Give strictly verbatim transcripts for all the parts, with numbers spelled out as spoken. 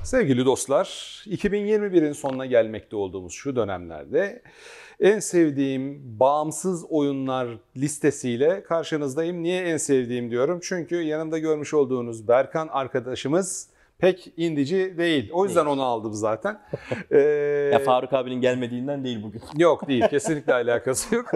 Sevgili dostlar, iki bin yirmi birin sonuna gelmekte olduğumuz şu dönemlerde en sevdiğim bağımsız oyunlar listesiyle karşınızdayım. Niye en sevdiğim diyorum? Çünkü yanımda görmüş olduğunuz Berkan arkadaşımız pek indici değil. O yüzden onu aldım zaten. ee, ya Faruk abinin gelmediğinden değil bugün. Yok değil, kesinlikle alakası yok.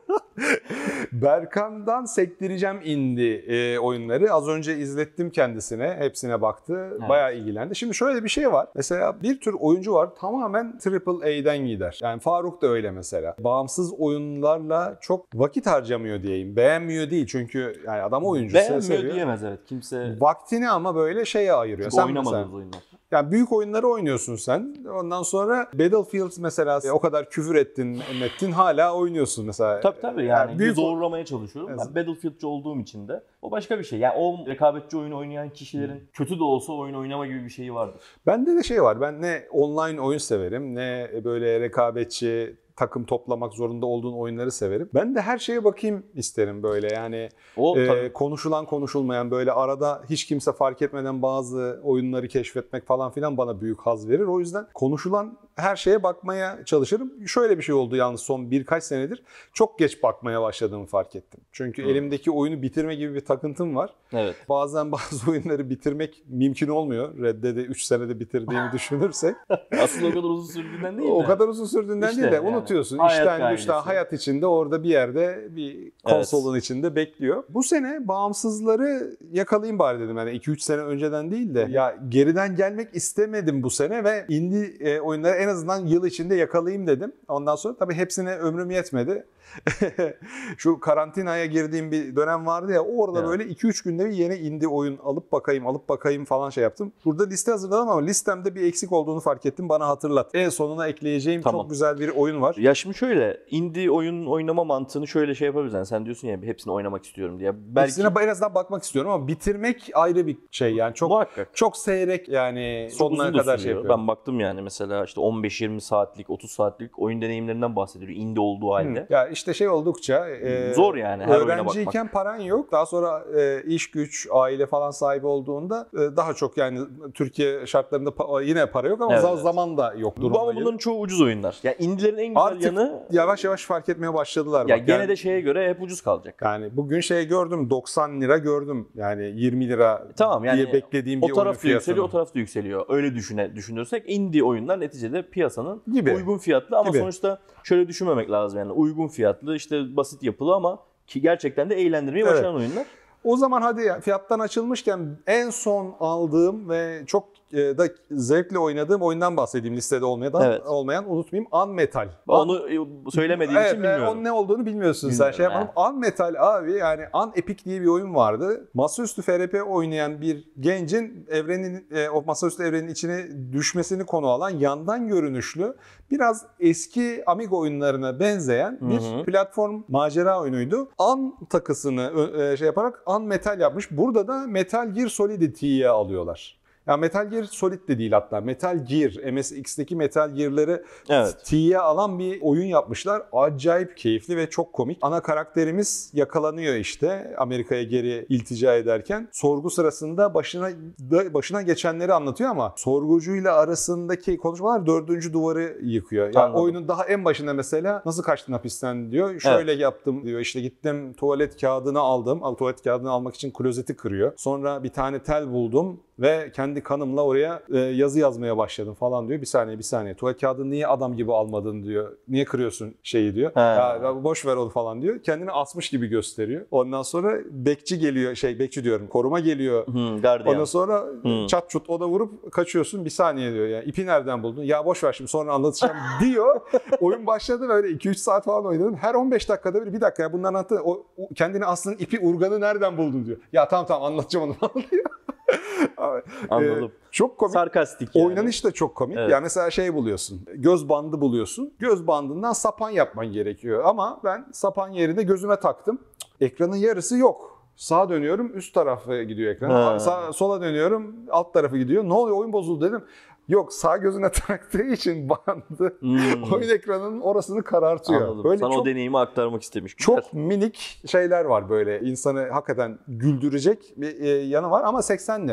Berkan'dan sektireceğim indie e, oyunları. Az önce izlettim kendisine. Hepsine baktı. Evet. Bayağı ilgilendi. Şimdi şöyle bir şey var. Mesela bir tür oyuncu var. Tamamen Triple A'den gider. Yani Faruk da öyle mesela. Bağımsız oyunlarla çok vakit harcamıyor diyeyim. Beğenmiyor değil. Çünkü yani adam oyuncu. Beğenmiyor seviyor. Diyemez evet. Kimse... Vaktini ama böyle şeye ayırıyor. Çünkü oynamadığınız oyunlar. Yani büyük oyunları oynuyorsun sen. Ondan sonra Battlefield mesela o kadar küfür ettin, ettin hala oynuyorsun mesela. Tabii tabii yani, yani büyük zorlamaya çalışıyorum. Evet. Ben Battlefield'ci olduğum için de o başka bir şey. Yani o rekabetçi oyun oynayan kişilerin hmm. kötü de olsa oyun oynama gibi bir şeyi vardır. Bende de şey var. Ben ne online oyun severim ne böyle rekabetçi takım toplamak zorunda olduğun oyunları severim. Ben de her şeye bakayım isterim böyle yani o, e, konuşulan konuşulmayan böyle arada hiç kimse fark etmeden bazı oyunları keşfetmek falan filan bana büyük haz verir. O yüzden konuşulan her şeye bakmaya çalışırım. Şöyle bir şey oldu yalnız son birkaç senedir çok geç bakmaya başladığımı fark ettim. Çünkü hmm. elimdeki oyunu bitirme gibi bir takıntım var. Evet. Bazen bazı oyunları bitirmek mümkün olmuyor. Red Dead'i üç senede bitirdiğimi düşünürsek. Aslında o kadar uzun sürdüğünden değil mi? O kadar uzun sürdüğünden işte değil de yani. Unutuyorsun. Hayat İşten güçten hayat içinde orada bir yerde bir konsolun evet. içinde bekliyor. Bu sene bağımsızları yakalayayım bari dedim. Yani iki üç sene önceden değil de ya geriden gelmek istemedim bu sene ve indie e, oyunları en azından yıl içinde yakalayayım dedim. Ondan sonra tabii hepsine ömrüm yetmedi. Şu karantinaya girdiğim bir dönem vardı ya orada evet. böyle iki üç günde bir yeni indie oyun alıp bakayım alıp bakayım falan şey yaptım. Burada liste hazırladım ama listemde bir eksik olduğunu fark ettim. Bana hatırlat. En sonuna ekleyeceğim tamam. çok güzel bir oyun var. Ya şimdi şöyle indie oyun oynama mantığını şöyle şey yapabiliriz. Yani sen diyorsun ya hepsini oynamak istiyorum diye. Belki... Hepsine en azından bakmak istiyorum ama bitirmek ayrı bir şey yani. Çok Muhakkak. çok seyrek yani çok sonuna kadar şey yapıyorum. Ben baktım yani mesela işte on beş yirmi saatlik otuz saatlik oyun deneyimlerinden bahsediyor indie olduğu halde. Hı. Ya işte şey oldukça e, zor yani her öğrenciyken paran yok. Daha sonra e, iş güç, aile falan sahibi olduğunda e, daha çok yani Türkiye şartlarında pa- yine para yok ama evet, zaman da yok durumda. Ama bunların çoğu ucuz oyunlar. Ya yani indilerin en güzel artık yanı yavaş yavaş fark etmeye başladılar. Ya bak. gene yani, de şeye göre hep ucuz kalacak. Yani bugün şey gördüm doksan lira gördüm. Yani yirmi lira tamam, yani diye beklediğim bir oyun fiyatı. O taraf da yükseliyor, o taraf da yükseliyor. Öyle düşüne, düşünürsek indie oyunlar neticede piyasanın gibi. Uygun fiyatlı ama gibi. Sonuçta şöyle düşünmemek lazım yani uygun fiyatlı işte basit yapılı ama ki gerçekten de eğlendirmeyi evet. başaran oyunlar. O zaman hadi ya, fiyattan açılmışken en son aldığım ve çok da zevkle oynadığım oyundan bahsedeyim listede olmayan, evet. olmayan unutmayayım Unmetal. Onu söylemediğim evet, için bilmiyorum. Onun ne olduğunu bilmiyorsun bilmiyorum, sen şey yapalım. Unmetal abi yani Unepic diye bir oyun vardı. Masaüstü F R P oynayan bir gencin evrenin o masaüstü evrenin içine düşmesini konu alan yandan görünüşlü biraz eski Amiga oyunlarına benzeyen bir Hı-hı. platform macera oyunuydu. Un takısını şey yaparak Unmetal yapmış. Burada da Metal Gear Solid'iyi alıyorlar. Ya Metal Gear Solid de değil hatta. Metal Gear, M S X'teki Metal Gear'ları evet. T'ye alan bir oyun yapmışlar. Acayip keyifli ve çok komik. Ana karakterimiz yakalanıyor işte Amerika'ya geri iltica ederken. Sorgu sırasında başına başına geçenleri anlatıyor ama sorgucuyla arasındaki konuşmalar dördüncü duvarı yıkıyor. Yani oyunun daha en başında mesela nasıl kaçtın hapisten diyor. Şöyle evet. yaptım diyor. İşte gittim tuvalet kağıdını aldım. Tuvalet kağıdını almak için klozeti kırıyor. Sonra bir tane tel buldum ve kendi kanımla oraya e, yazı yazmaya başladım falan diyor. Bir saniye bir saniye. Tuvalet kağıdını niye adam gibi almadın diyor. Niye kırıyorsun şeyi diyor. Ya, boş ver onu falan diyor. Kendini asmış gibi gösteriyor. Ondan sonra bekçi geliyor. Şey bekçi diyorum. Koruma geliyor. Hmm, gardiyan. Ondan sonra hmm. çat çut o da vurup kaçıyorsun. Bir saniye diyor. Yani ipi nereden buldun? Ya boş ver şimdi sonra anlatacağım diyor. Oyun başladı böyle iki üç saat falan oynadım. Her on beş dakikada bir bir dakika ya bundan anlattı. O, kendini aslında ipi urganı nereden buldun diyor. Ya tamam tamam anlatacağım onu falan diyor. Anladım. Ee, çok komik. Sarkastik yani. Oynanış da çok komik. Evet. Yani mesela şey buluyorsun. Göz bandı buluyorsun. Göz bandından sapan yapman gerekiyor. Ama ben sapan yerine gözüme taktım. Ekranın yarısı yok. Sağa dönüyorum üst tarafa gidiyor ekran. Sağ, sola dönüyorum alt tarafı gidiyor. Ne oluyor oyun bozuldu dedim. Yok sağ gözüne taktığı için bandı hmm. oyun ekranının orasını karartıyor. Anladım. Böyle sana çok, o deneyimi aktarmak istemiş. Çok minik şeyler var böyle insanı hakikaten güldürecek bir yanı var ama seksen lira.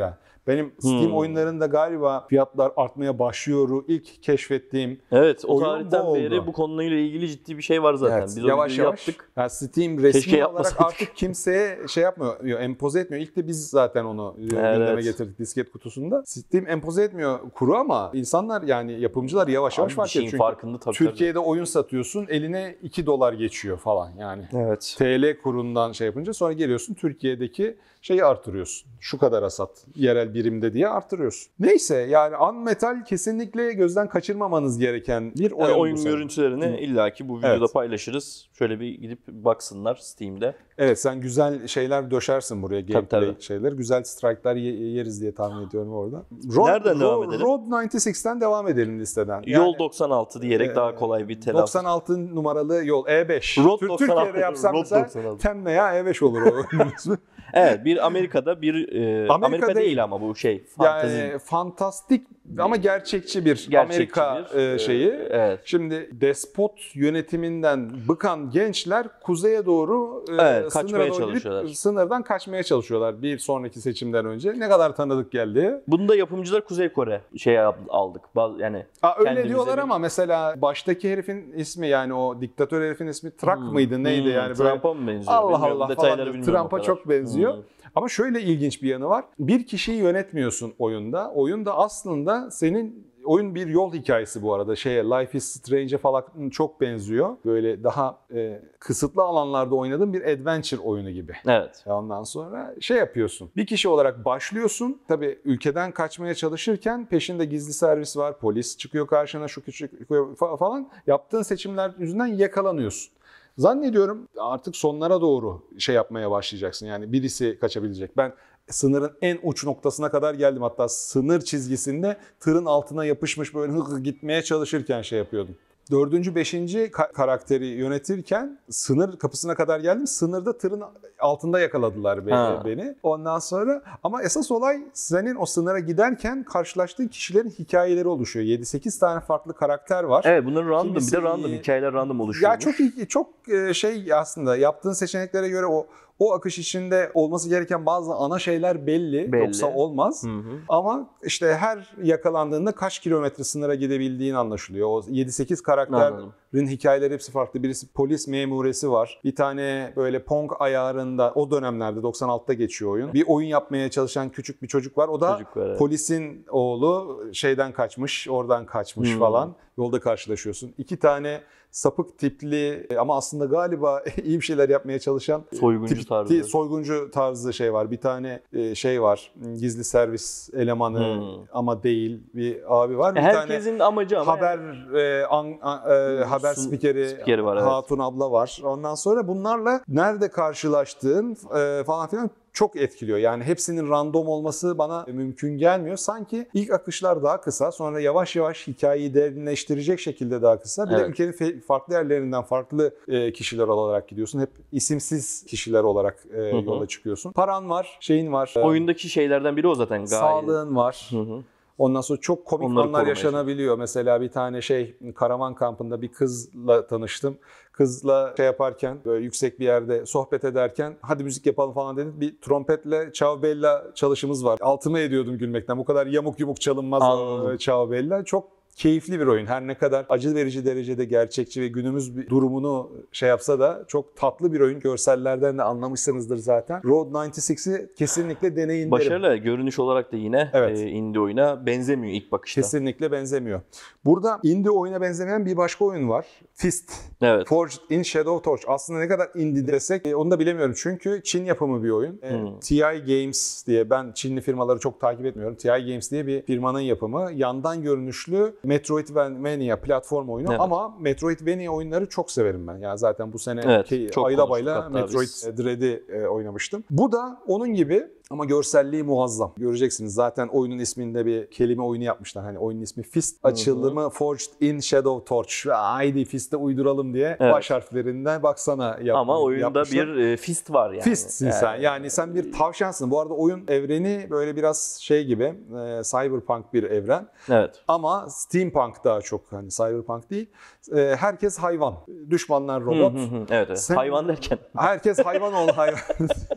Benim Steam Hmm. oyunlarında galiba fiyatlar artmaya başlıyor. İlk keşfettiğim Evet, o oyun tarihten bu beri oldu. bu konuyla ilgili ciddi bir şey var zaten. Evet, Biz o yavaş videoyu yavaş yaptık. yani Steam resmi Keşke olarak yapmasaydık. artık kimseye şey yapmıyor, empoze etmiyor. İlk de biz zaten onu Evet. gündeme getirdik disket kutusunda. Steam empoze etmiyor kuru ama insanlar yani yapımcılar yavaş yavaş Abi bir fark ediyor. şeyin Çünkü farkında tabii. Türkiye'de oyun satıyorsun, eline iki dolar geçiyor falan yani. tabii. Evet. T L kurundan şey yapınca sonra geliyorsun Türkiye'deki şeyi artırıyorsun. Şu kadar hasat yerel birimde diye artırıyorsun. Neyse yani Unmetal kesinlikle gözden kaçırmamanız gereken bir oyun. Yani bu oyun sene. görüntülerini illaki bu videoda Evet. paylaşırız. Şöyle bir gidip baksınlar Steam'de. Evet sen güzel şeyler döşersin buraya gameplay tabii. şeyler. Güzel strike'lar ye- yeriz diye tahmin ediyorum orada. Road, Nereden devam Road- edelim? Road doksan altıdan devam edelim listeden. Yol doksan altı diyerek e, daha kolay bir telaffuz. doksan altı numaralı yol E beş. Road Tür- doksan altı, Türkiye'de yapsam Road mesela doksan altı. Tem veya E beş olur o oyunun ismi. Evet, bir Amerika'da bir e, Amerika, Amerika değil. değil. ama bu şey fantezi. Yani fantastik ama gerçekçi bir Gerçekçi Amerika bir, e, şeyi. e, evet. Şimdi despot yönetiminden bıkan gençler kuzeye doğru e, Evet, sınıra kaçmaya doğru gidip çalışıyorlar. sınırdan kaçmaya çalışıyorlar bir sonraki seçimden önce. Ne kadar tanıdık geldi. Bunda yapımcılar Kuzey Kore şey aldık. Bazı yani Aa, öyle kendimize diyorlar bir- ama mesela baştaki herifin ismi yani o diktatör herifin ismi Truck Hmm, mıydı neydi hmm, yani böyle Trump'a mı benziyor? Allah Bilmiyorum, Allah detayları falan bilmiyorum o Trump'a kadar. çok benziyor. Hmm. Ama şöyle ilginç bir yanı var. Bir kişiyi yönetmiyorsun oyunda. Oyunda aslında senin oyun bir yol hikayesi bu arada. Şeye Life is Strange'e falan çok benziyor. Böyle daha e, kısıtlı alanlarda oynadığın bir adventure oyunu gibi. Evet. Ondan sonra şey yapıyorsun. Bir kişi olarak başlıyorsun. Tabii ülkeden kaçmaya çalışırken peşinde gizli servis var. Polis çıkıyor karşına şu küçük falan. Yaptığın seçimler yüzünden yakalanıyorsun. Zannediyorum artık sonlara doğru şey yapmaya başlayacaksın. Yani birisi kaçabilecek. Ben sınırın en uç noktasına kadar geldim. Hatta sınır çizgisinde tırın altına yapışmış böyle hızlı gitmeye çalışırken şey yapıyordum. Dördüncü, beşinci ka- karakteri yönetirken sınır kapısına kadar geldim. Sınırda tırın altında yakaladılar be- Ha. beni. Ondan sonra ama esas olay senin o sınıra giderken karşılaştığın kişilerin hikayeleri oluşuyor. yedi sekiz tane farklı karakter var. Evet, bunların random, Kimisi- bir de random hikayeler random oluşuyor. Ya çok iyi, çok e, şey aslında yaptığın seçeneklere göre o o akış içinde olması gereken bazı ana şeyler belli, Belli. yoksa olmaz. Hı hı. Ama işte her yakalandığında kaç kilometre sınıra gidebildiğin anlaşılıyor. O yedi sekiz karakterin Anladım. hikayeleri hepsi farklı. Birisi polis memuresi var. Bir tane böyle Pong ayarında o dönemlerde doksan altıda geçiyor oyun. Bir oyun yapmaya çalışan küçük bir çocuk var. O da Çocuk var, evet. polisin oğlu şeyden kaçmış, oradan kaçmış Hmm. falan. Yolda karşılaşıyorsun. İki tane sapık tipli ama aslında galiba iyi bir şeyler yapmaya çalışan Soyguncu tip- tarzı. ti- soyguncu tarzı şey var. Bir tane e, şey var. Gizli servis elemanı Hmm. ama değil bir abi var. Bir Herkesin amacı tane ama haber e, an- a- e, haber Sun- spikeri, spikeri var, evet. Hatun abla var. Ondan sonra bunlarla nerede karşılaştığın e, falan filan çok etkiliyor. Yani hepsinin random olması bana mümkün gelmiyor. Sanki ilk akışlar daha kısa, sonra yavaş yavaş hikayeyi derinleştirecek şekilde daha kısa. Bir Evet. de ülkenin fe- farklı yerlerinden farklı e, kişiler olarak gidiyorsun. Hep isimsiz kişiler olarak e, Hı hı. yola çıkıyorsun. Paran var, şeyin var. e, oyundaki şeylerden biri o zaten gayet. Sağlığın var. Hı hı. Ondan sonra çok komik Onları anlar korumaya yaşanabiliyor. Mesela bir tane şey karavan kampında bir kızla tanıştım. Kızla şey yaparken böyle yüksek bir yerde sohbet ederken hadi müzik yapalım falan dedik. Bir trompetle Ciao Bella çalışımız var. Altıma ediyordum gülmekten. Bu kadar yamuk yumuk çalınmaz Anladım. o Ciao Bella. Çok keyifli bir oyun. Her ne kadar acı verici derecede gerçekçi ve günümüz bir durumunu şey yapsa da çok tatlı bir oyun. Görsellerden de anlamışsınızdır zaten. Road doksan altı'ı kesinlikle deneyin derim. Başarılı. Görünüş olarak da yine Evet. e, indie oyuna benzemiyor ilk bakışta. Kesinlikle benzemiyor. Burada indie oyuna benzemeyen bir başka oyun var. Fist. Evet. Forged in Shadow Torch. Aslında ne kadar indie desek e, onu da bilemiyorum. Çünkü Çin yapımı bir oyun. E, Hmm. T I Games diye, ben Çinli firmaları çok takip etmiyorum. T I Games diye bir firmanın yapımı. Yandan görünüşlü Metroidvania platform oyunu. Evet. Ama Metroidvania oyunları çok severim ben. Yani zaten bu sene Evet, ki, çok ayla konuştuk bayla hatta Metroid biz. Dread'i e, oynamıştım. Bu da onun gibi ama görselliği muazzam. Göreceksiniz zaten oyunun isminde bir kelime oyunu yapmışlar. Hani oyunun ismi Fist. Açılımı Forged in Shadow Torch. Haydi Fist'e uyduralım diye Evet. baş harflerinden baksana yap, Ama oyunda yapmışlar. bir e, fist var yani. Fist'sin sen. Yani sen bir tavşansın. Bu arada oyun evreni böyle biraz şey gibi, e, cyberpunk bir evren. Evet. Ama steampunk daha çok, hani cyberpunk değil. E, herkes hayvan. Düşmanlar robot. Hı hı hı. Evet, evet. Sen- Hayvan derken. Herkes hayvan ol hayvan.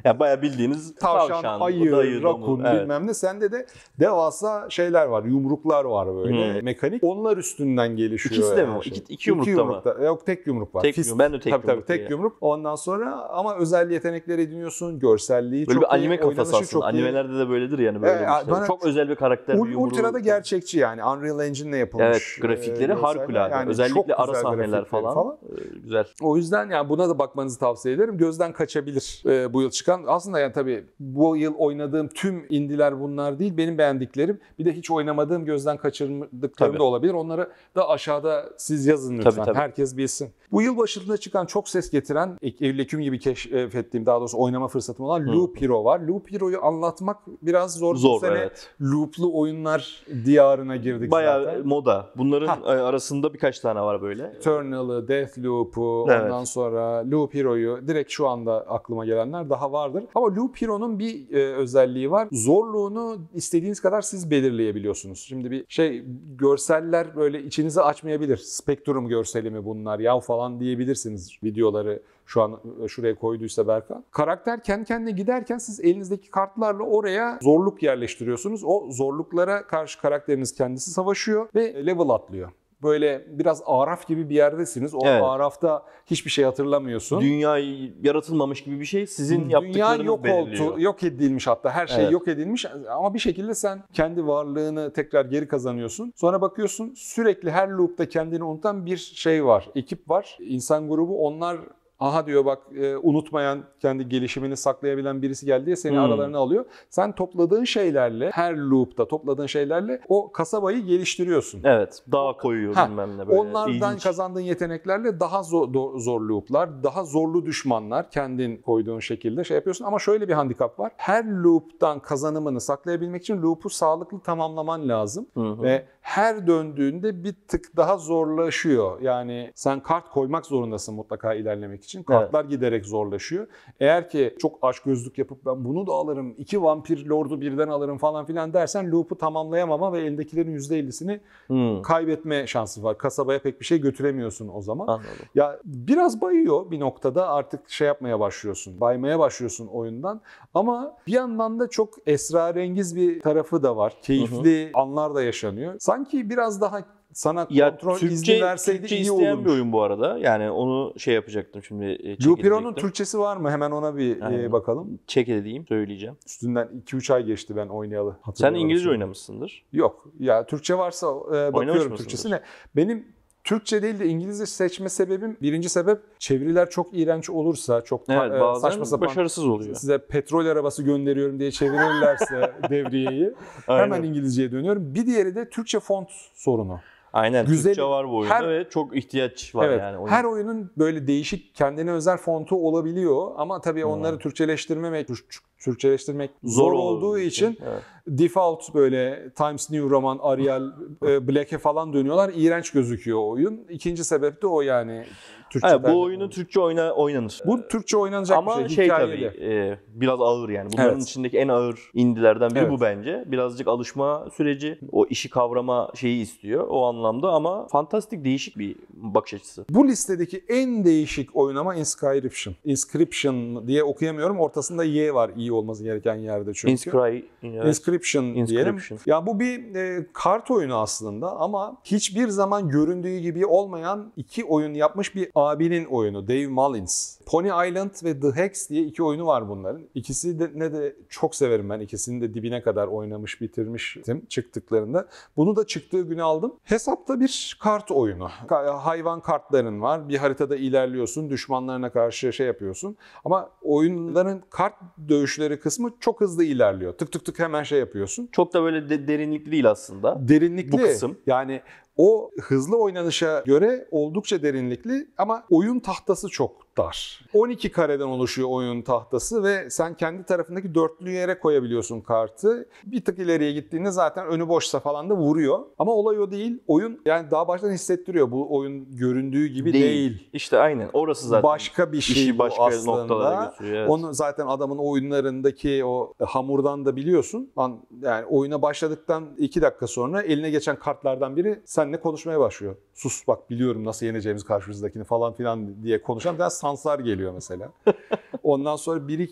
Yani bayağı bildiğiniz Tavşan, tavşan, ayı, dayı, rakun domuz. Evet. bilmem ne. Sende de devasa şeyler var. Yumruklar var böyle Hmm. mekanik. Onlar üstünden gelişiyor. İkisi de yani mi? şey. İki, iki yumrukta, yumrukta mı? Yok, tek yumruk var. Tek Fist. yumruk. Ben de tek tabii, yumruk tabii, tek diye. yumruk. Ondan sonra ama özel yetenekler ediniyorsun. Görselliği Böyle çok bir anime iyi. kafası Oynanışı aslında. çok iyi. Animelerde de böyledir yani böyle Evet, işte. bana Çok özel bir karakter, Ul- bir yumruğu. Ultra da gerçekçi yani. Unreal Engine'le yapılmış. Evet, grafikleri e, harikulade. yani Özellikle çok ara güzel sahneler grafikleri falan, falan. e, güzel. O yüzden yani buna da bakmanızı tavsiye ederim. Gözden kaçabilir e, bu yıl çıkan. Aslında yani tabii bu yıl oynadığım tüm indiler bunlar değil. Benim beğendiklerim. Bir de hiç oynamadığım, gözden kaçırdıklarım Tabii. da olabilir. Onları da aşağıda siz yazın lütfen. Tabii, tabii. Herkes bilsin. Bu yıl başında çıkan, çok ses getiren, Eylül Ekim gibi keşfettiğim, daha doğrusu oynama fırsatım olan Hı. Loop Hero var. Loop Hero'yu anlatmak biraz zor. Zor, bu sene evet. loop'lu oyunlar diyarına girdik Bayağı zaten. moda. Bunların Ha. arasında birkaç tane var böyle. Eternal'ı, Deathloop'u, Evet. ondan sonra Loop Hero'yu, direkt şu anda aklıma gelenler daha vardır. Ama Loop Hero'nun bir e, özelliği var. Zorluğunu istediğiniz kadar siz belirleyebiliyorsunuz. Şimdi bir şey, görseller böyle içinizi açmayabilir. Spektrum görseli mi bunlar ya falan diyebilirsiniz videoları. Şu an şuraya koyduysa Berkan. Karakter kendi kendine giderken siz elinizdeki kartlarla oraya zorluk yerleştiriyorsunuz. O zorluklara karşı karakteriniz kendisi savaşıyor ve level atlıyor. Böyle biraz Araf gibi bir yerdesiniz. O Evet. Araf'ta hiçbir şey hatırlamıyorsun. Dünya yaratılmamış gibi bir şey sizin Dünya yaptıklarınız yok belirliyor. oldu, yok edilmiş hatta. Her şey Evet. yok edilmiş ama bir şekilde sen kendi varlığını tekrar geri kazanıyorsun. Sonra bakıyorsun sürekli her loop'ta kendini unutan bir şey var. Ekip var, insan grubu. Onlar aha diyor bak e, unutmayan, kendi gelişimini saklayabilen birisi geldi diye seni Hmm. aralarına alıyor. Sen topladığın şeylerle, her loop'ta topladığın şeylerle o kasabayı geliştiriyorsun. Evet. Dağ koyuyor Ha, bilmem ne böyle. Onlardan İlginç. kazandığın yeteneklerle daha zor, do- zor loop'lar, daha zorlu düşmanlar kendin koyduğun şekilde şey yapıyorsun. Ama şöyle bir handikap var. Her loop'tan kazanımını saklayabilmek için loop'u sağlıklı tamamlaman lazım. Hı hı. Ve her döndüğünde bir tık daha zorlaşıyor. Yani sen kart koymak zorundasın mutlaka ilerlemek için. Kartlar giderek zorlaşıyor. Eğer ki çok açgözlük yapıp ben bunu da alırım, iki vampir lordu birden alırım falan filan dersen loop'u tamamlayamama ve elindekilerin yüzde ellisini Hmm. kaybetme şansı var. Kasabaya pek bir şey götüremiyorsun o zaman. Anladım. Ya biraz bayıyor bir noktada, artık şey yapmaya başlıyorsun. Baymaya başlıyorsun oyundan. Ama bir yandan da çok esrarengiz bir tarafı da var. Keyifli anlar da yaşanıyor. Sanki biraz daha sana Ya kontrol Türkçe, izni verseydi Türkçe iyi isteyen olurmuş. bir oyun bu arada. Yani onu şey yapacaktım şimdi. E, check Loop Hero'nun edecektim. Türkçesi var mı? Hemen ona bir Aynen. e, bakalım. Check edeyim, söyleyeceğim. Üstünden iki üç ay geçti ben oynayalı. Sen Hatırlıyorum İngilizce şimdi. oynamışsındır. Yok. Ya Türkçe varsa e, bakıyorum mısındır? Türkçesine. Benim Türkçe değil de İngilizce seçme sebebim, birinci sebep çeviriler çok iğrenç olursa, çok ta- Evet, e, bazen saçma sapan, başarısız oluyor. size petrol arabası gönderiyorum diye çevirirlerse devriyeyi Aynen. hemen İngilizceye dönüyorum. Bir diğeri de Türkçe font sorunu. Aynen. Güzel- Türkçe var bu oyunda her- ve çok ihtiyaç var Evet. yani. Oyun. Her oyunun böyle değişik kendine özel fontu olabiliyor ama tabii Hmm. onları Türkçeleştirmemek Türkçeleştirmek zor, Zor olduğu olduğu için Evet. default böyle Times New Roman, Arial, e, Black'e falan dönüyorlar. İğrenç gözüküyor oyun. İkinci sebep de o yani. Türkçe Evet, tercih bu oyunu etmemiz. Türkçe oyna, oynanır. Bu Türkçe oynanacak Ama bir şey. şey Hikayeli. tabii e, biraz ağır yani. Bunların Evet. içindeki en ağır indilerden biri Evet. bu bence. Birazcık alışma süreci, o işi kavrama şeyi istiyor o anlamda ama fantastik, değişik bir bakış açısı. Bu listedeki en değişik oyun ama Inscription. Inscription diye okuyamıyorum. Ortasında Y var iyi olması gereken yerde çünkü. Inscry, evet. Inscription diyelim. Inscription. Ya bu bir e, kart oyunu aslında ama hiçbir zaman göründüğü gibi olmayan iki oyun yapmış bir abinin oyunu. Dave Mullins. Pony Island ve The Hex diye iki oyunu var bunların. İkisi de ne de çok severim ben. İkisini de dibine kadar oynamış, bitirmiştim çıktıklarında. Bunu da çıktığı günü aldım. Hesapta bir kart oyunu. Ka- Hayvan kartların var. Bir haritada ilerliyorsun. Düşmanlarına karşı şey yapıyorsun. Ama oyunların kart dövüşleri kısmı çok hızlı ilerliyor. Tık tık tık hemen şey yapıyorsun. Çok da böyle de, derinlikli değil aslında. Derinlikli. Bu kısım. Yani o hızlı oynanışa göre oldukça derinlikli ama oyun tahtası çok dar. on iki kareden oluşuyor oyun tahtası ve sen kendi tarafındaki dörtlü yere koyabiliyorsun kartı. Bir tık ileriye gittiğinde zaten önü boşsa falan da vuruyor. Ama olay o değil. Oyun yani daha baştan hissettiriyor. Bu oyun göründüğü gibi değil. Değil. İşte aynen. Orası zaten. Başka bir şey işi bu başka aslında. noktalara götürüyor. Evet. Onu zaten adamın oyunlarındaki o hamurdan da biliyorsun. Yani oyuna başladıktan iki dakika sonra eline geçen kartlardan biri seninle konuşmaya başlıyor. Sus bak biliyorum nasıl yeneceğimiz karşımızdakini falan filan diye konuşan bir tane sansar geliyor mesela. Ondan sonra bir iki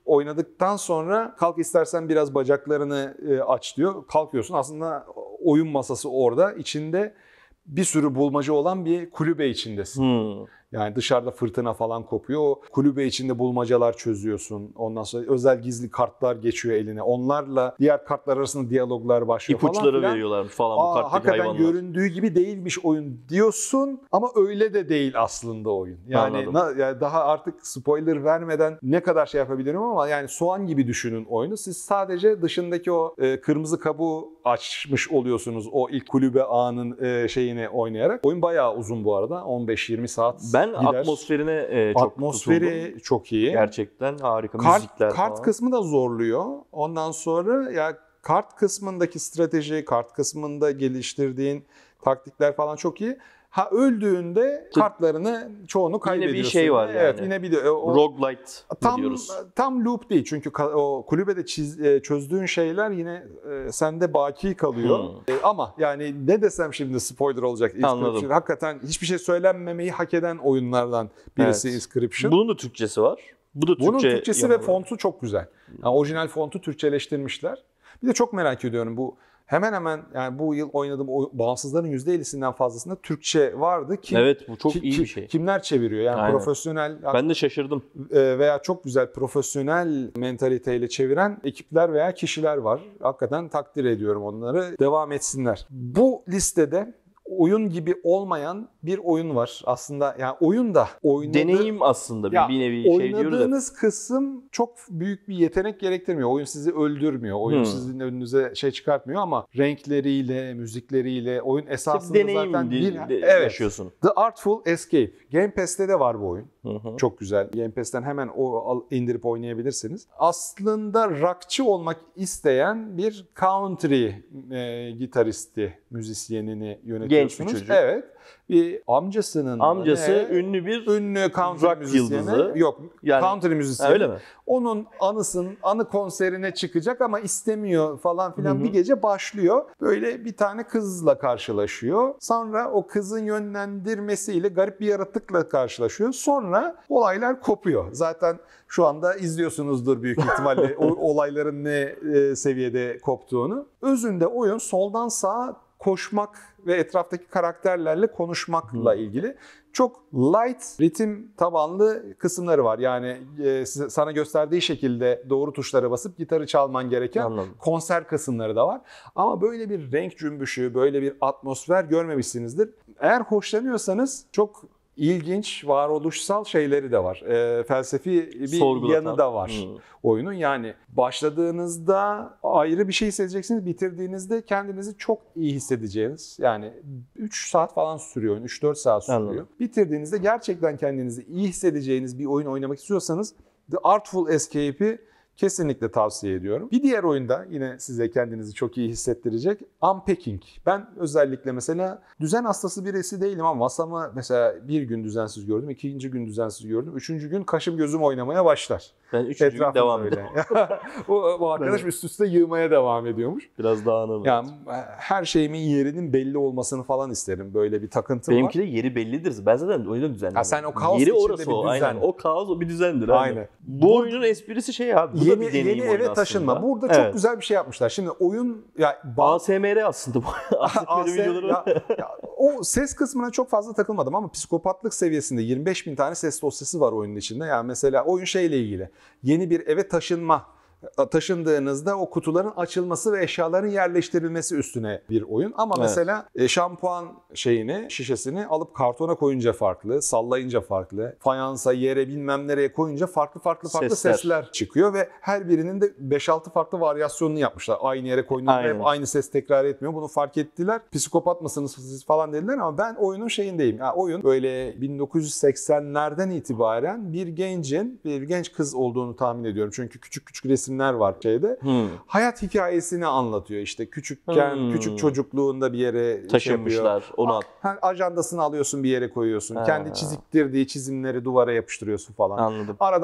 oynadıktan sonra kalk istersen biraz bacaklarını e, aç diyor. Kalkıyorsun. Aslında oyun masası orada. İçinde bir sürü bulmaca olan bir kulübe içindesin. Hmm. Yani dışarıda fırtına falan kopuyor. O kulübe içinde bulmacalar çözüyorsun. Ondan sonra özel gizli kartlar geçiyor eline. Onlarla diğer kartlar arasında diyaloglar başlıyor falan İpuçları filan. veriyorlarmış falan bu Aa, karttaki hakikaten hayvanlar. göründüğü gibi değilmiş oyun diyorsun ama öyle de değil aslında oyun. Yani, na, yani daha artık spoiler vermeden ne kadar şey yapabilirim ama yani soğan gibi düşünün oyunu. Siz sadece dışındaki o e, kırmızı kabuğu açmış oluyorsunuz o ilk kulübe ağının e, şeyini oynayarak. Oyun bayağı uzun bu arada. on beş yirmi saat Ben gider. atmosferine e, çok Atmosferi tutundum. çok iyi. Gerçekten harika. Kart, Müzikler kart falan. kısmı da zorluyor. Ondan sonra ya kart kısmındaki strateji, kart kısmında geliştirdiğin taktikler falan çok iyi. Ha öldüğünde kartlarını çoğunu kaybediyorsun. Yine bir şey var yani. Evet, yine bir de o, roguelite tam diyoruz. tam loop değil çünkü o kulübede çiz, çözdüğün şeyler yine e, sende baki kalıyor. Hmm. E, ama yani ne desem şimdi spoiler olacak. Anladım. Hakikaten hiçbir şey söylenmemeyi hak eden oyunlardan birisi Evet. Inscription. Bunun da Türkçesi var. Bu da Türkçe. Bunun Türkçesi ve yanı var. fontu çok güzel. Yani orijinal fontu Türkçeleştirmişler. Bir de çok merak ediyorum bu hemen hemen yani bu yıl oynadığım o bağımsızların yüzde ellisinden fazlasında Türkçe vardı. Kim, Evet bu çok ki, iyi ki, bir şey. Kimler çeviriyor? Yani Aynen. profesyonel Ben de şaşırdım. veya çok güzel profesyonel mentaliteyle çeviren ekipler veya kişiler var. Hakikaten takdir ediyorum onları. Devam etsinler. Bu listede oyun gibi olmayan bir oyun var. Aslında yani oyun da oynadı, deneyim aslında bir, ya, bir nevi şey diyoruz da. Oynadığınız kısım çok büyük bir yetenek gerektirmiyor. Oyun sizi öldürmüyor. Oyun Hmm. sizin önünüze şey çıkartmıyor ama renkleriyle, müzikleriyle oyun esasında deneyim zaten de, bir de, evet. yaşıyorsun. The Artful Escape. Game Pass'te de var bu oyun. Hı hı. Çok güzel. Game Pass'ten hemen o indirip oynayabilirsiniz. Aslında rockçı olmak isteyen bir country e, gitaristi, müzisyenini yönetiyorsunuz. Genç bir çocuk. Evet. Bir amcasının Amcası ne? ünlü bir ünlü country rock müzisyeni. yıldızı. Yok, Yani, country müzisyeni. öyle mi? Onun anısın, anı konserine çıkacak ama istemiyor falan filan. Hı hı. Bir gece başlıyor. Böyle bir tane kızla karşılaşıyor. Sonra o kızın yönlendirmesiyle garip bir yaratıkla karşılaşıyor. Sonra olaylar kopuyor. Zaten şu anda izliyorsunuzdur büyük ihtimalle o olayların ne e, seviyede koptuğunu. Özünde oyun soldan sağa koşmak ve etraftaki karakterlerle konuşmakla Hmm. ilgili. Çok light, ritim tabanlı kısımları var. Yani e, size, sana gösterdiği şekilde doğru tuşlara basıp gitarı çalman gereken Anladım. konser kısımları da var. Ama böyle bir renk cümbüşü, böyle bir atmosfer görmemişsinizdir. Eğer hoşlanıyorsanız çok ilginç, varoluşsal şeyleri de var. E, felsefi bir Sorgulatan. yanı da var Hmm. oyunun. Yani başladığınızda ayrı bir şey hissedeceksiniz. Bitirdiğinizde kendinizi çok iyi hissedeceğiniz. Yani üç saat falan sürüyor oyun. üç dört saat sürüyor. Anladım. Bitirdiğinizde gerçekten kendinizi iyi hissedeceğiniz bir oyun oynamak istiyorsanız The Artful Escape'i kesinlikle tavsiye ediyorum. Bir diğer oyunda yine size kendinizi çok iyi hissettirecek Unpacking. Ben özellikle mesela düzen hastası birisi değilim ama masamı mesela bir gün düzensiz gördüm, ikinci gün düzensiz gördüm, üçüncü gün kaşım gözüm oynamaya başlar. Ben üçüncü gün devam öyle. ediyorum. bu, bu arkadaş Evet. üst üste yığmaya devam ediyormuş. Biraz dağınık. Yani her şeyimin yerinin belli olmasını falan isterim. Böyle bir takıntım Benimki var. de yeri bellidir. Ben zaten o yüzden düzenledim. Ha, sen o kaos yeri içinde orası bir o. düzen. Aynen. O kaos o bir düzendir. Aynen. Aynen. Bu oyunun esprisi şey abi. Bu da Yeni, bir deneyim yeni oyunu eve aslında. taşınma. Burada Evet. çok güzel bir şey yapmışlar. Şimdi oyun ya A S M R aslında bu. A S M R A S videoları ya, var. ya, o ses kısmına çok fazla takılmadım ama psikopatlık seviyesinde yirmi beş bin tane ses dosyası var oyunun içinde. Yani mesela oyun şeyle ilgili. Yeni bir eve taşınma. Taşındığınızda o kutuların açılması ve eşyaların yerleştirilmesi üstüne bir oyun. Ama Evet. mesela e, şampuan şeyini, şişesini alıp kartona koyunca farklı, sallayınca farklı, fayansa, yere bilmem nereye koyunca farklı farklı farklı Sesler. sesler çıkıyor ve her birinin de beş altı farklı varyasyonunu yapmışlar. Aynı yere koyduğunda Aynen. hep aynı ses tekrar etmiyor. Bunu fark ettiler. Psikopat mısınız siz falan dediler ama ben oyunun şeyindeyim. Yani oyun böyle bin dokuz yüz seksenlerden itibaren bir gencin, bir genç kız olduğunu tahmin ediyorum. Çünkü küçük küçük resimler var şeyde. Hmm. Hayat hikayesini anlatıyor işte. Küçükken, Hmm. küçük çocukluğunda bir yere şey yapıyor. Taşınmışlar. Onu at. Ha, ajandasını alıyorsun bir yere koyuyorsun. Ha. Kendi çiziktirdiği çizimleri duvara yapıştırıyorsun falan. Anladım. Aradan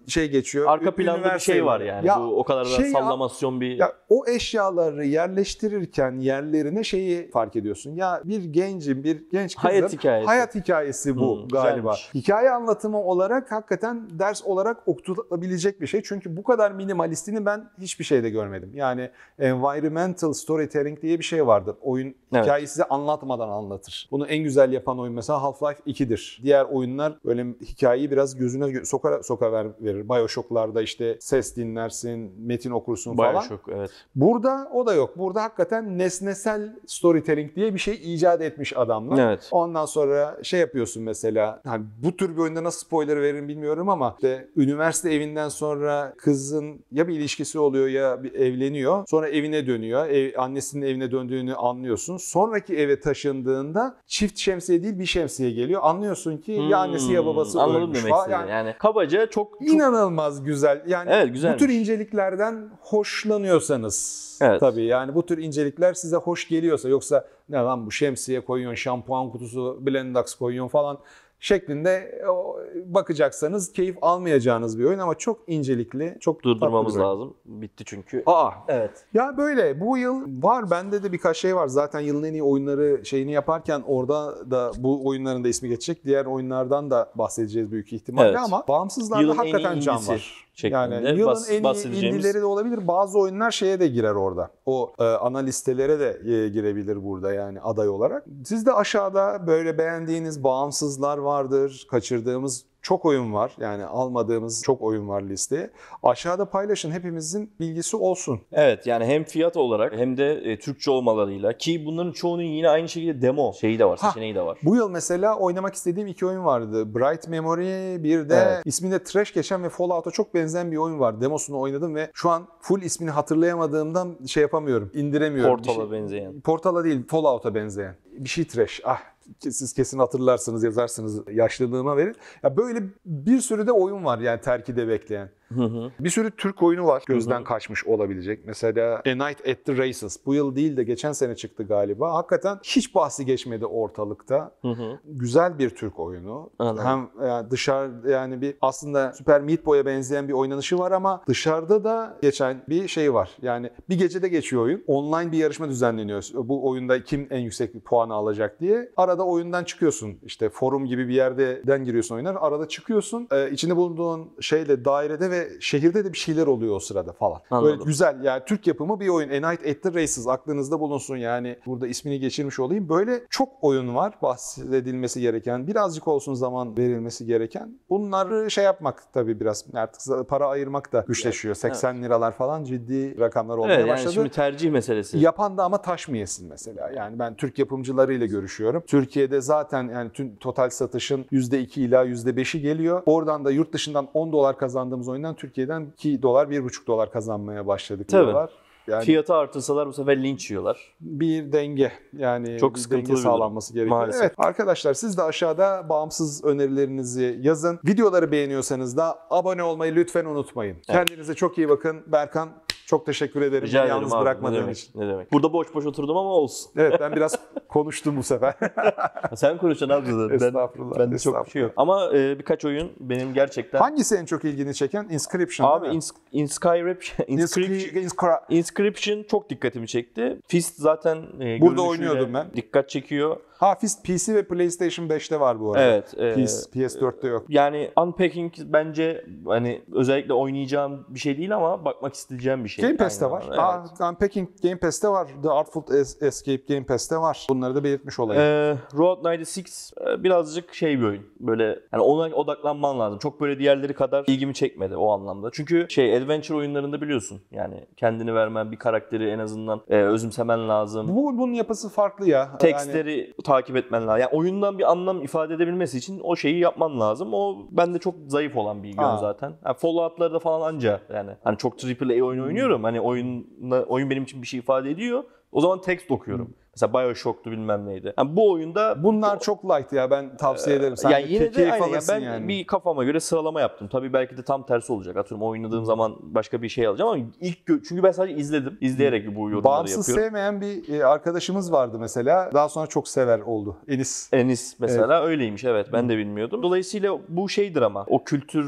şey geçiyor. Arka planda bir şey var yani. Ya, bu o kadar da şey sallamasyon bir... Ya, o eşyaları yerleştirirken yerlerine şeyi fark ediyorsun. Ya bir gencin, bir genç kızın hayat hikayesi, hayat hikayesi bu hmm, galiba. güzelmiş. Hikaye anlatımı olarak hakikaten ders olarak okutulabilecek bir şey. Çünkü bu kadar minimalistini ben hiçbir şeyde görmedim. Yani environmental storytelling diye bir şey vardır. Oyun evet. hikayeyi size anlatmadan anlatır. Bunu en güzel yapan oyun mesela Half-Life iki'dir. Diğer oyunlar böyle hikayeyi biraz gözüne soka soka ver, verir. BioShock'larda işte ses dinlersin, metin okursun falan. BioShock, evet. Burada o da yok. Burada hakikaten nesnesel storytelling diye bir şey icat etmiş adamlar. Evet. Ondan sonra şey yapıyorsun mesela, hani bu tür bir oyunda nasıl spoiler veririm bilmiyorum ama işte üniversite evinden sonra kızın ya bir ilişkisi oluyor ya bir evleniyor. Sonra evine dönüyor. Ev, annesinin evine döndüğünü anlıyorsun. Sonraki eve taşındığında çift şemsiye değil bir şemsiye geliyor. Anlıyorsun ki Hmm, ya annesi ya babası anladım ölmüş demek falan. istediğini. Yani, yani kabaca çok, çok... inanılmaz güzel. Yani evet, bu tür güzelmiş. inceliklerden hoşlanıyorsanız evet. tabii yani bu tür incelikler size hoş geliyorsa, yoksa ne lan bu şemsiye koyuyorsun, şampuan kutusu, Blendax koyuyorsun falan şeklinde bakacaksanız keyif almayacağınız bir oyun ama çok incelikli, çok durdurmamız tatlı bir lazım. Bitti çünkü. Aa. Evet. Ya böyle bu yıl var, bende de birkaç şey var. Zaten yılın en iyi oyunları şeyini yaparken orada da bu oyunların da ismi geçecek. Diğer oyunlardan da bahsedeceğiz büyük ihtimalle evet. ama bağımsızlarda yılın hakikaten can var. Yani yılın en iyi indileri de olabilir. Bazı oyunlar şeye de girer orada. O e, ana listelere de e, girebilir burada yani aday olarak. Siz de aşağıda böyle beğendiğiniz bağımsızlar vardır. Kaçırdığımız çok oyun var. Yani almadığımız çok oyun var listeye. Aşağıda paylaşın. Hepimizin bilgisi olsun. Evet, yani hem fiyat olarak hem de e, Türkçe olmalarıyla, ki bunların çoğunun yine aynı şekilde demo şeyi de var, Ha, seçeneği de var. Bu yıl mesela oynamak istediğim iki oyun vardı. Bright Memory, bir de evet. isminde Trash geçen ve Fallout'a çok benzeyen bir oyun var. Demosunu oynadım ve şu an full ismini hatırlayamadığımdan şey yapamıyorum, indiremiyorum. Portal'a şey, benzeyen. Portal'a değil, Fallout'a benzeyen. Bir şey Trash. Ah, siz kesin hatırlarsınız, yazarsınız, yaşlılığıma verin. Ya böyle bir sürü de oyun var yani terkide bekleyen. Hı hı. Bir sürü Türk oyunu var gözden hı hı. kaçmış olabilecek. Mesela A Night at the Races. Bu yıl değil de geçen sene çıktı galiba. Hakikaten hiç bahsi geçmedi ortalıkta. Hı hı. Güzel bir Türk oyunu. Anladım. Hem yani dışarı yani bir aslında Super Meat Boy'a benzeyen bir oynanışı var ama dışarıda da geçen bir şey var. Yani bir gecede geçiyor oyun. Online bir yarışma düzenleniyor. Bu oyunda kim en yüksek puanı alacak diye. Arada oyundan çıkıyorsun. İşte forum gibi bir yerden giriyorsun oyunlar. Arada çıkıyorsun. Ee, içinde bulunduğun şeyle dairede ve şehirde de bir şeyler oluyor o sırada falan. Anladım. Böyle güzel yani Türk yapımı bir oyun. A Night at the Races aklınızda bulunsun yani. Burada ismini geçirmiş olayım. Böyle çok oyun var bahsedilmesi gereken. Birazcık olsun zaman verilmesi gereken. Bunları şey yapmak tabii biraz artık para ayırmak da güçleşiyor. seksen liralar falan ciddi rakamlar olmaya evet, yani başladı. şimdi tercih meselesi. Yapan da ama taş mı yesin mesela? Yani ben Türk yapımcılarıyla görüşüyorum. Türkiye'de zaten yani tüm total satışın yüzde iki ila yüzde beşi geliyor. Oradan da yurt dışından on dolar kazandığımız oyundan Türkiye'den iki dolar, bir buçuk dolar kazanmaya başladık diyorlar. Yani fiyatı artırsalar bu sefer linç yiyorlar. Bir denge yani çok bir sıkıntılı denge bir durum. sağlanması gerekiyor. Maalesef. Evet arkadaşlar siz de aşağıda bağımsız önerilerinizi yazın. Videoları beğeniyorsanız da abone olmayı lütfen unutmayın. Evet. Kendinize çok iyi bakın. Berkan çok teşekkür ederim. Rica ederim yalnız abi. bırakmadığın ne demek, için. Ne demek? Burada boş boş oturdum ama olsun. Evet ben biraz konuştum bu sefer. Sen konuşacaksın abi zaten. Estağfurullah. Ben, ben de çok bir şey yok. Ama e, birkaç oyun benim gerçekten... Hangisi en çok ilgini çeken? Inscription abi değil mi? ins- Inscription, Inscription, Inscri- Inscription çok dikkatimi çekti. Fist zaten e, burada oynuyordum ben. Dikkat çekiyor. Ha Fist P C ve PlayStation beşte var bu arada. Evet. E, P S dörtte yok. Yani Unpacking bence hani özellikle oynayacağım bir şey değil ama bakmak isteyeceğim bir şey. Game Pass'te Aynen. var. Evet. Aa, Unpacking Game Pass'te var. The Artful Escape Game Pass'te var. Bunları da belirtmiş olayım. Ee, Road doksan altı birazcık şey bir oyun. Böyle yani ona odaklanman lazım. Çok böyle diğerleri kadar ilgimi çekmedi o anlamda. Çünkü şey adventure oyunlarında biliyorsun. Yani kendini vermen, bir karakteri en azından e, özümsemen lazım. Bu bunun yapısı farklı ya. Tekstleri yani... takip etmen lazım. Yani oyundan bir anlam ifade edebilmesi için o şeyi yapman lazım. O bende çok zayıf olan bir yön ha. zaten. Yani Fallout'larda falan anca yani. Hani çok triple A oyun oynuyorum. Hani oyunla, oyun benim için bir şey ifade ediyor. O zaman tekst okuyorum. Hmm. Mesela BioShock'tu bilmem neydi. Yani bu oyunda... Bunlar çok light ya ben tavsiye ederim. Sen yani yine de aynen, yani ben yani. bir kafama göre sıralama yaptım. Tabii belki de tam tersi olacak. Atıyorum oynadığım zaman başka bir şey alacağım ama ilk gö- çünkü ben sadece izledim. İzleyerek bu yorumları Bağımsız yapıyorum. sevmeyen bir arkadaşımız vardı mesela. Daha sonra çok sever oldu. Enis. Enis mesela evet. Öyleymiş evet ben de bilmiyordum. Dolayısıyla bu şeydir ama o kültür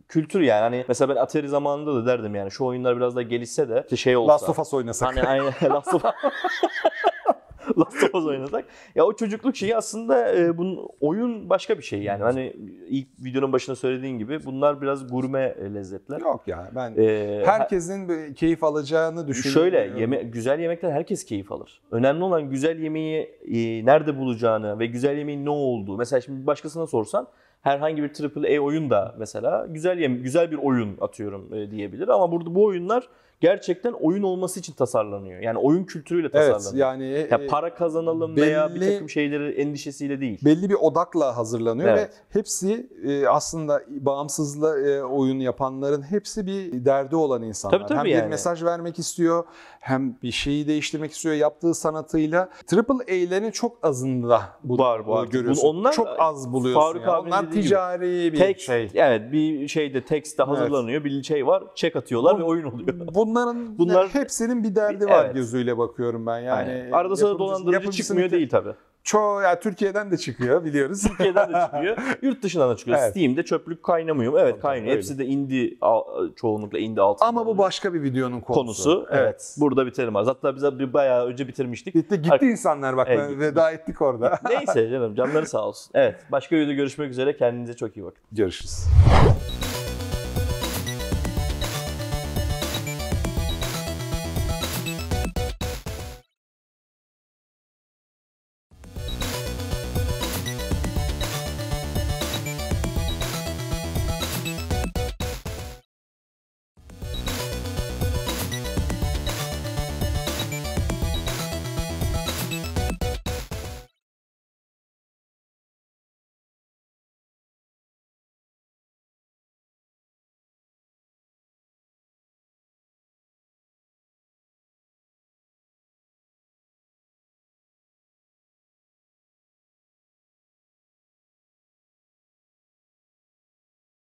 kültür yani. Hani mesela ben Atari zamanında da derdim yani şu oyunlar biraz daha gelişse de işte şey olsa. Last of Us oynasak. Hani aynen Last of Us. Last of Us oynasak. Ya o çocukluk şeyi aslında e, bunun oyun başka bir şey yani. Hani ilk videonun başında söylediğin gibi bunlar biraz gurme lezzetler. Yok ya ben Ee, herkesin bir keyif alacağını düşünüyorum. Şöyle yeme güzel yemekten herkes keyif alır. Önemli olan güzel yemeği e, nerede bulacağını ve güzel yemeğin ne olduğu. Mesela şimdi başkasına sorsan herhangi bir triple A oyun da mesela güzel yem güzel bir oyun atıyorum e, diyebilir ama burada bu oyunlar gerçekten oyun olması için tasarlanıyor. Yani oyun kültürüyle tasarlanıyor. Evet, yani ya para kazanalım belli, veya bir takım şeyleri endişesiyle değil. Belli bir odakla hazırlanıyor evet. ve hepsi e, aslında bağımsızla e, oyun yapanların hepsi bir derdi olan insanlar. Tabii, tabii hem yani. bir mesaj vermek istiyor, hem bir şeyi değiştirmek istiyor yaptığı sanatıyla. Triple A'lerin çok azında bu var bu görüyorsun. Onlar çok az buluyorsun. Faruk Ya. Onlar ticari gibi. bir text, şey. Evet, bir şeyde tekste hazırlanıyor, evet. bir şey var, check atıyorlar bu, ve oyun oluyor. Bunların Bunlar hepsinin bir derdi var evet. gözüyle bakıyorum ben. Yani Aynen. Arada sırada dolandırıcı çıkmıyor değil tabii. Çoğu ya Türkiye'den de çıkıyor biliyoruz. Türkiye'den de çıkıyor. Yurt dışından da çıkıyor. Evet. Steam'de çöplük kaynamıyor mu? Evet tabii, kaynıyor. Öyle. Hepsi de indie çoğunlukla indie altında. Ama bu başka bir videonun konusu. Konusu. Evet. evet. Burada biterim az. Hatta biz bir bayağı önce bitirmiştik. Bitti gitti Ar- insanlar bak evet, veda ettik orada. Neyse canım canları sağ olsun. Evet. Başka videoda görüşmek üzere. Kendinize çok iyi bakın. Görüşürüz.